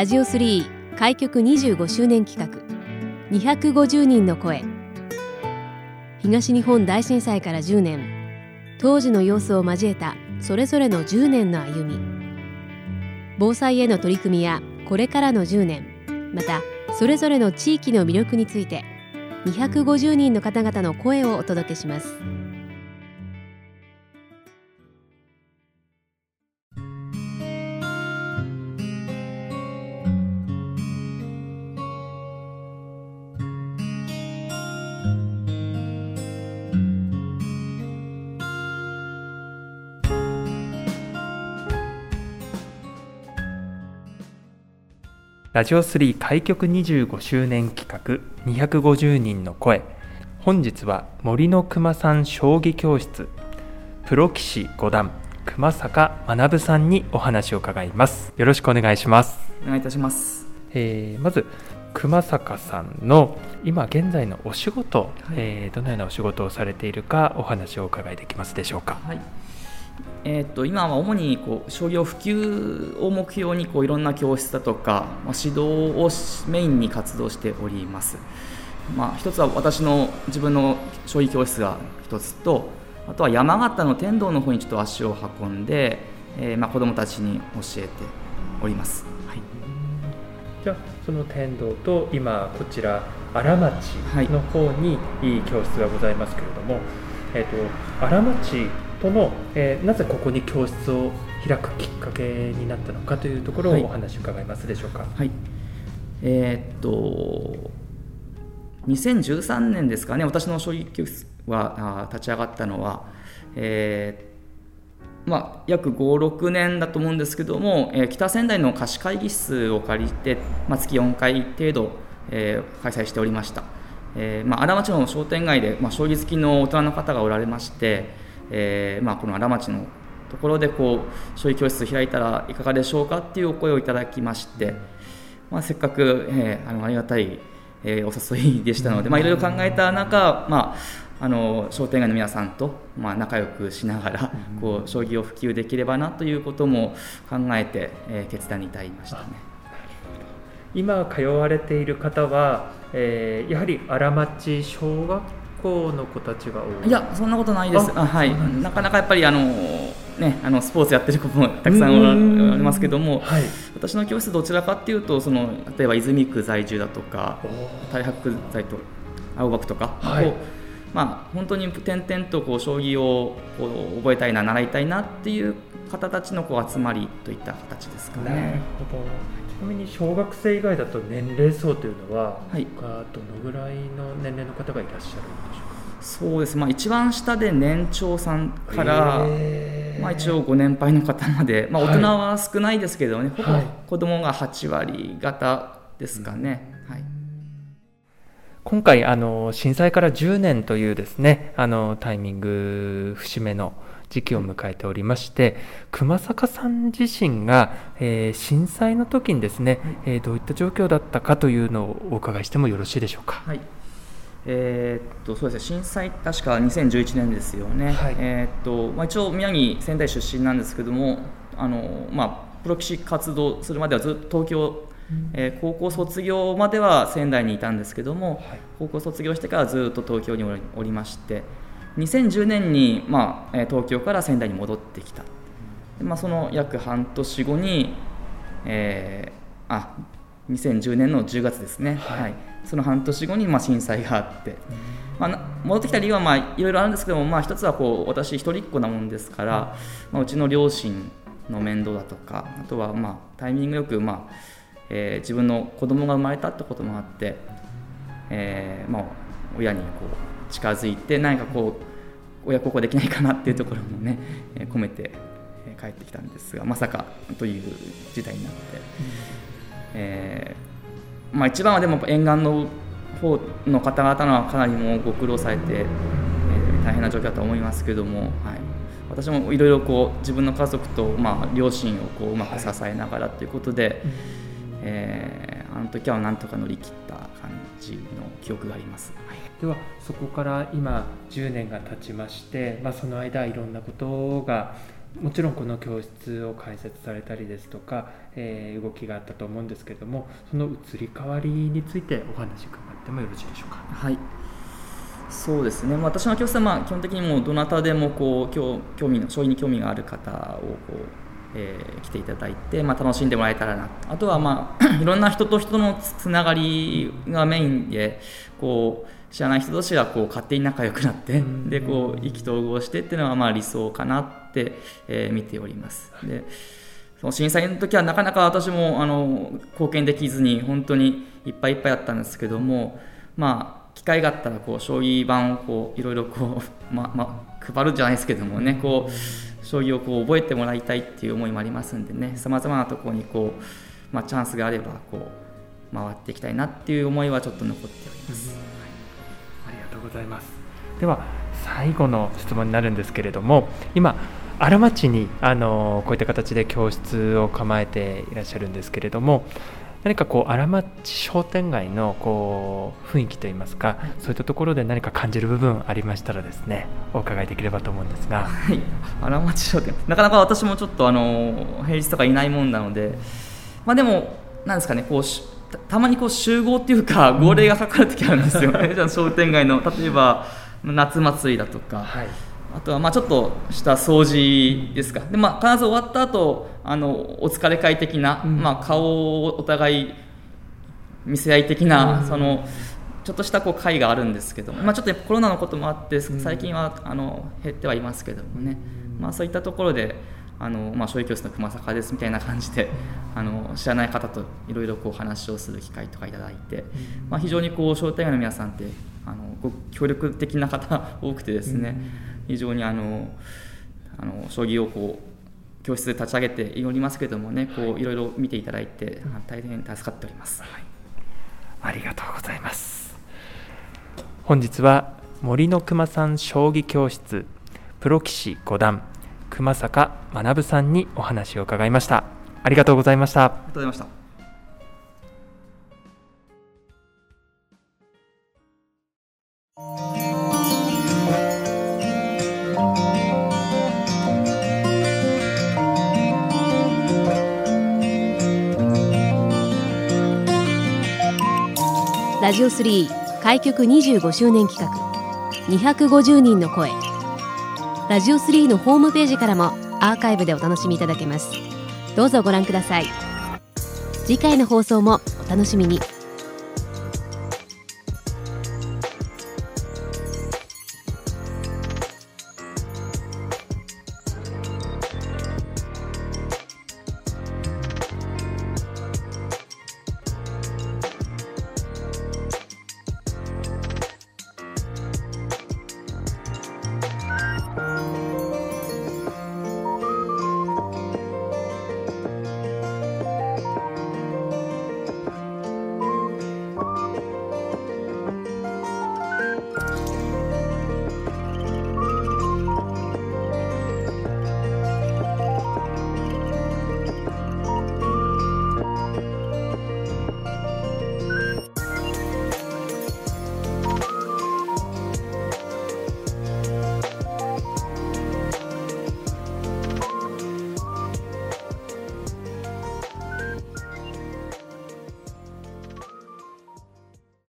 ラジオ3開局25周年企画250人の声。東日本大震災から10年、当時の様子を交えたそれぞれの10年の歩み、防災への取り組みやこれからの10年、またそれぞれの地域の魅力について250人の方々の声をお届けします。 ラジオ3開局25周年企画250人の声。本日は森のくまさん将棋教室プロ棋士5段熊坂学さんにお話を伺います。よろしくお願いします。 お願いいたします。 まず熊坂さんの今現在のお仕事、どのようなお仕事をされているかお話をお伺いできますでしょうか。 はい。今は主に将棋を普及を目標にいろんな教室だとか、指導をメインに活動しております。一つは私の自分の将棋教室が一つと、あとは山形の天童の方にちょっと足を運んで、子どもたちに教えております。はい、 じゃあその天童と今こちら荒町の方に教室がございますけれども、荒町との、なぜここに教室を開くきっかけになったのかというところをお話伺いますでしょうか。 はい。2013年ですかね、私の将棋教室は立ち上がったのは、約5、6年だと思うんですけども、北仙台の貸し会議室を借りて、月4回程度、開催しておりました。荒町の商店街で、将棋好きの大人の方がおられまして、この荒町のところで将棋教室を開いたらいかがでしょうかっていうお声をいただきまして、せっかく、ありがたい、お誘いでしたので、いろいろ考えた中、商店街の皆さんと、仲良くしながら将棋を普及できればなということも考えて、決断に至りましたね。 今通われている方は、やはり荒町小学校の子たちが多い？ いや、そんなことないです。はい、なかなかやっぱりスポーツやってる子もたくさんおりますけども、私の教室どちらかっていうと例えば泉区在住だとか太白区在と青葉区とか、本当に点々と将棋を覚えたいな習いたいなっていう方たちの集まりといった形ですかね。 なるほど。ちなみに小学生以外だと年齢層というのは、どのぐらいの年齢の方がいらっしゃるんでしょうか。 そうです、一番下で年長さんから、一応ご年配の方まで、大人は少ないですけどね、ほぼ子供が8割方ですかね。 今回震災から10年というですねタイミング節目の時期を迎えておりまして、熊坂さん自身が、震災の時にですね、どういった状況だったかというのをお伺いしてもよろしいでしょうか。 はい。そうですね、震災確か2011年ですよね。一応宮城仙台出身なんですけども、プロ棋士活動するまではずっと東京、高校卒業までは仙台にいたんですけども、高校卒業してからずっと東京におりまして、2010年に、東京から仙台に戻ってきた。その約半年後に、2010年の10月ですね、その半年後に震災があって、戻ってきた理由はいろいろあるんですけども、一つは私一人っ子なもんですから、うちの両親の面倒だとか、あとはタイミングよく、自分の子供が生まれたってこともあって、親に近づいて何か親孝行できないかなっていうところもね、込めて帰ってきたんですが、まさかという事態になって、一番はでも沿岸の方の方々のかなりもうご苦労されて、大変な状況だと思いますけども、私もいろいろ自分の家族と、両親をうまく支えながらということで、あの時はなんとか乗り切った感じの記憶があります。 ではそこから今10年が経ちまして、その間いろんなことがもちろんこの教室を開設されたりですとか、動きがあったと思うんですけども、その移り変わりについてお話伺ってもよろしいでしょうか。 はい、そうですね、私の教室は基本的にもうどなたでも将棋に興味がある方を来ていただいて、楽しんでもらえたらな。あとはいろんな人と人のつながりがメインで、知らない人同士が勝手に仲良くなって、で意気投合してっていうのは理想かなって、見ております。でその震災の時はなかなか私も貢献できずに本当にいっぱいいっぱいだったんですけども、機会があったら将棋盤をいろいろ配るじゃないですけどもね、将棋を覚えてもらいたいっていう思いもありますんでね、さまざまなところにチャンスがあれば回っていきたいなっていう思いはちょっと残っております。 ありがとうございます。では最後の質問になるんですけれども、今荒町にこういった形で教室を構えていらっしゃるんですけれども、何か荒町商店街の雰囲気といいますか、そういったところで何か感じる部分ありましたらですね、お伺いできればと思うんですが。 はい、荒町商店、なかなか私もちょっと平日とかいないもんなので、でもなんですかね、たまに集合っていうか号令がかかる時あるんですよね商店街の例えば夏祭りだとか、はい、あとはちょっとした掃除ですか。で、必ず終わった後お疲れ会的な、顔をお互い見せ合い的な、ちょっとした会があるんですけど、ちょっとコロナのこともあって最近は減ってはいますけどもね、そういったところで将棋教室の熊坂ですみたいな感じで知らない方といろいろ話をする機会とかいただいて、非常に商店街の皆さんってご協力的な方多くてですね、非常に将棋を教室で立ち上げておりますけどもね、いろいろ見ていただいて大変助かっております。はい、 ありがとうございます。本日は森の熊さん将棋教室プロ棋士5段熊坂学さんにお話を伺いました。ありがとうございました。 ありがとうございました。 ラジオ3開局25周年企画250人の声。ラジオ3のホームページからもアーカイブでお楽しみいただけます。どうぞご覧ください。次回の放送もお楽しみに。